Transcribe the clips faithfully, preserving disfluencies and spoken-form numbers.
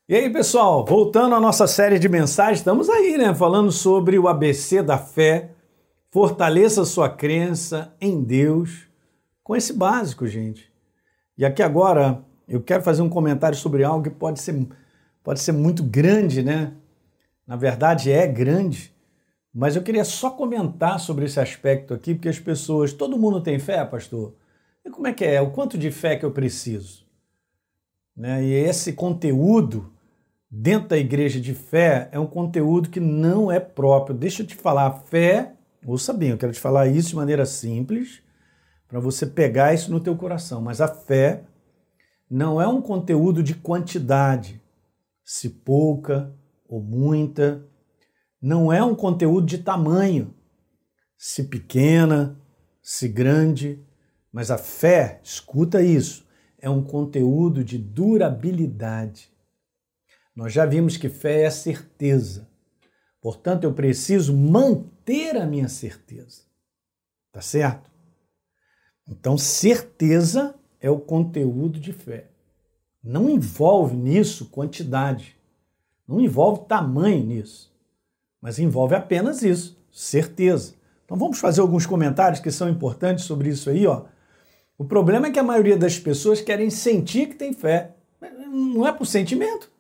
E aí, pessoal, voltando à nossa série de mensagens, estamos aí, né, falando sobre o A B C da fé. Fortaleça sua crença em Deus com esse básico, gente. E aqui agora eu quero fazer um comentário sobre algo que pode ser, pode ser muito grande, né? Na verdade é grande, mas eu queria só comentar sobre esse aspecto aqui, porque as pessoas, todo mundo tem fé, pastor? E como é que é? O quanto de fé que eu preciso? Né? E esse conteúdo dentro da igreja de fé é um conteúdo que não é próprio. Deixa eu te falar, a fé, ouça bem, eu quero te falar isso de maneira simples, para você pegar isso no teu coração, mas a fé não é um conteúdo de quantidade, se pouca ou muita, não é um conteúdo de tamanho, se pequena, se grande, mas a fé, escuta isso, é um conteúdo de durabilidade. Nós já vimos que fé é certeza. Portanto, eu preciso manter a minha certeza. Tá certo? Então, certeza é o conteúdo de fé. Não envolve nisso quantidade. Não envolve tamanho nisso. Mas envolve apenas isso, certeza. Então, vamos fazer alguns comentários que são importantes sobre isso aí, ó. O problema é que a maioria das pessoas querem sentir que tem fé. Não é por sentimento.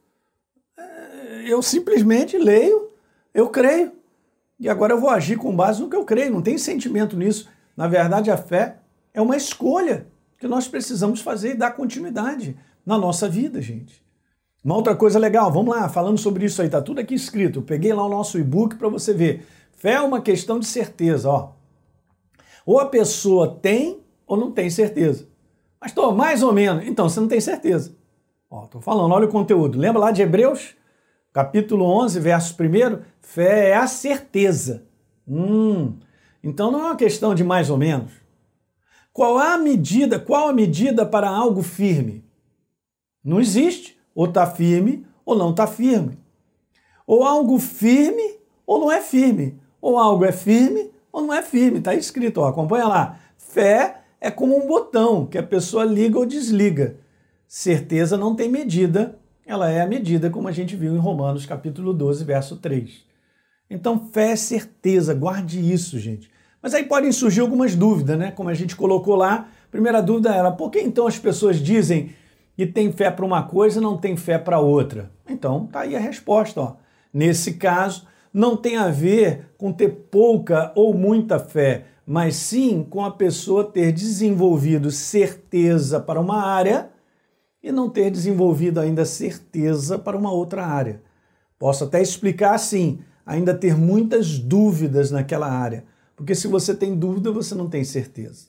Eu simplesmente leio, eu creio, e agora eu vou agir com base no que eu creio, não tem sentimento nisso. Na verdade, a fé é uma escolha que nós precisamos fazer e dar continuidade na nossa vida, gente. Uma outra coisa legal, vamos lá, falando sobre isso aí, tá tudo aqui escrito, eu peguei lá o nosso e-book para você ver. Fé é uma questão de certeza, ó. Ou a pessoa tem ou não tem certeza. Mas tô mais ou menos, então você não tem certeza. Ó, tô falando, olha o conteúdo, lembra lá de Hebreus? Capítulo onze, verso primeiro, fé é a certeza. Hum, então não é uma questão de mais ou menos. Qual a medida, qual a medida para algo firme? Não existe. Ou está firme ou não está firme. Ou algo firme ou não é firme. Ou algo é firme ou não é firme. Está escrito, ó, acompanha lá. Fé é como um botão que a pessoa liga ou desliga. Certeza não tem medida. Ela é a medida, como a gente viu em Romanos, capítulo doze, verso três. Então, fé é certeza, guarde isso, gente. Mas aí podem surgir algumas dúvidas, né? Como a gente colocou lá, a primeira dúvida era, por que então as pessoas dizem que tem fé para uma coisa e não tem fé para outra? Então, tá aí a resposta, ó. Nesse caso, não tem a ver com ter pouca ou muita fé, mas sim com a pessoa ter desenvolvido certeza para uma área e não ter desenvolvido ainda certeza para uma outra área. Posso até explicar assim, ainda ter muitas dúvidas naquela área, porque se você tem dúvida, você não tem certeza.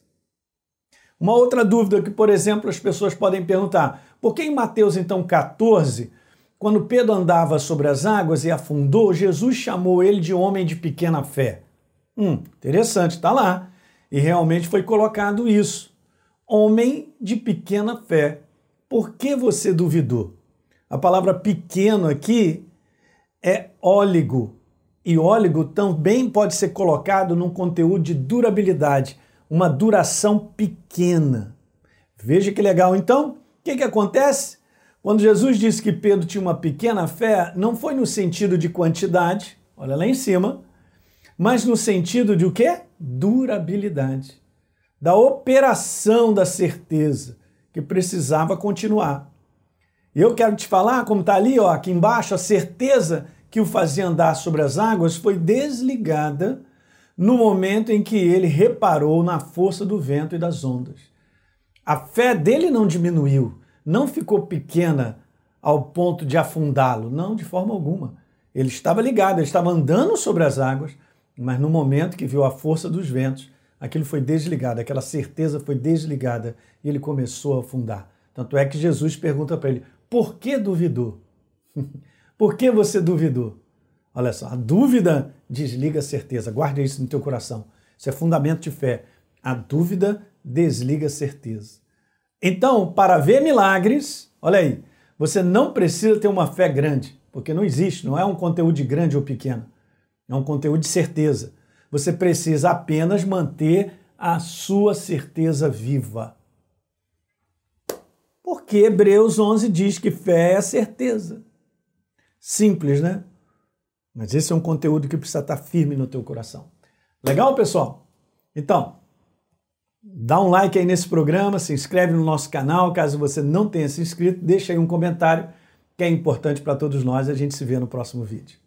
Uma outra dúvida que, por exemplo, as pessoas podem perguntar, por que em Mateus, então, quatorze, quando Pedro andava sobre as águas e afundou, Jesus chamou ele de homem de pequena fé? Hum, interessante, está lá. E realmente foi colocado isso. Homem de pequena fé. Por que você duvidou? A palavra pequeno aqui é óligo. E óligo também pode ser colocado num conteúdo de durabilidade, uma duração pequena. Veja que legal. Então, o que, que acontece? Quando Jesus disse que Pedro tinha uma pequena fé, não foi no sentido de quantidade, olha lá em cima, mas no sentido de o quê? Durabilidade. Da operação da certeza, que precisava continuar. E eu quero te falar, como está ali, ó, aqui embaixo, a certeza que o fazia andar sobre as águas foi desligada no momento em que ele reparou na força do vento e das ondas. A fé dele não diminuiu, não ficou pequena ao ponto de afundá-lo, não, de forma alguma. Ele estava ligado, ele estava andando sobre as águas, mas no momento que viu a força dos ventos, aquilo foi desligado, aquela certeza foi desligada e ele começou a afundar. Tanto é que Jesus pergunta para ele, por que duvidou? Por que você duvidou? Olha só, a dúvida desliga a certeza. Guarde isso no teu coração. Isso é fundamento de fé. A dúvida desliga a certeza. Então, para ver milagres, olha aí, você não precisa ter uma fé grande, porque não existe, não é um conteúdo de grande ou pequeno. É um conteúdo de certeza. Você precisa apenas manter a sua certeza viva. Porque Hebreus onze diz que fé é a certeza. Simples, né? Mas esse é um conteúdo que precisa estar firme no teu coração. Legal, pessoal? Então, dá um like aí nesse programa, se inscreve no nosso canal, caso você não tenha se inscrito, deixa aí um comentário que é importante para todos nós. A gente se vê no próximo vídeo.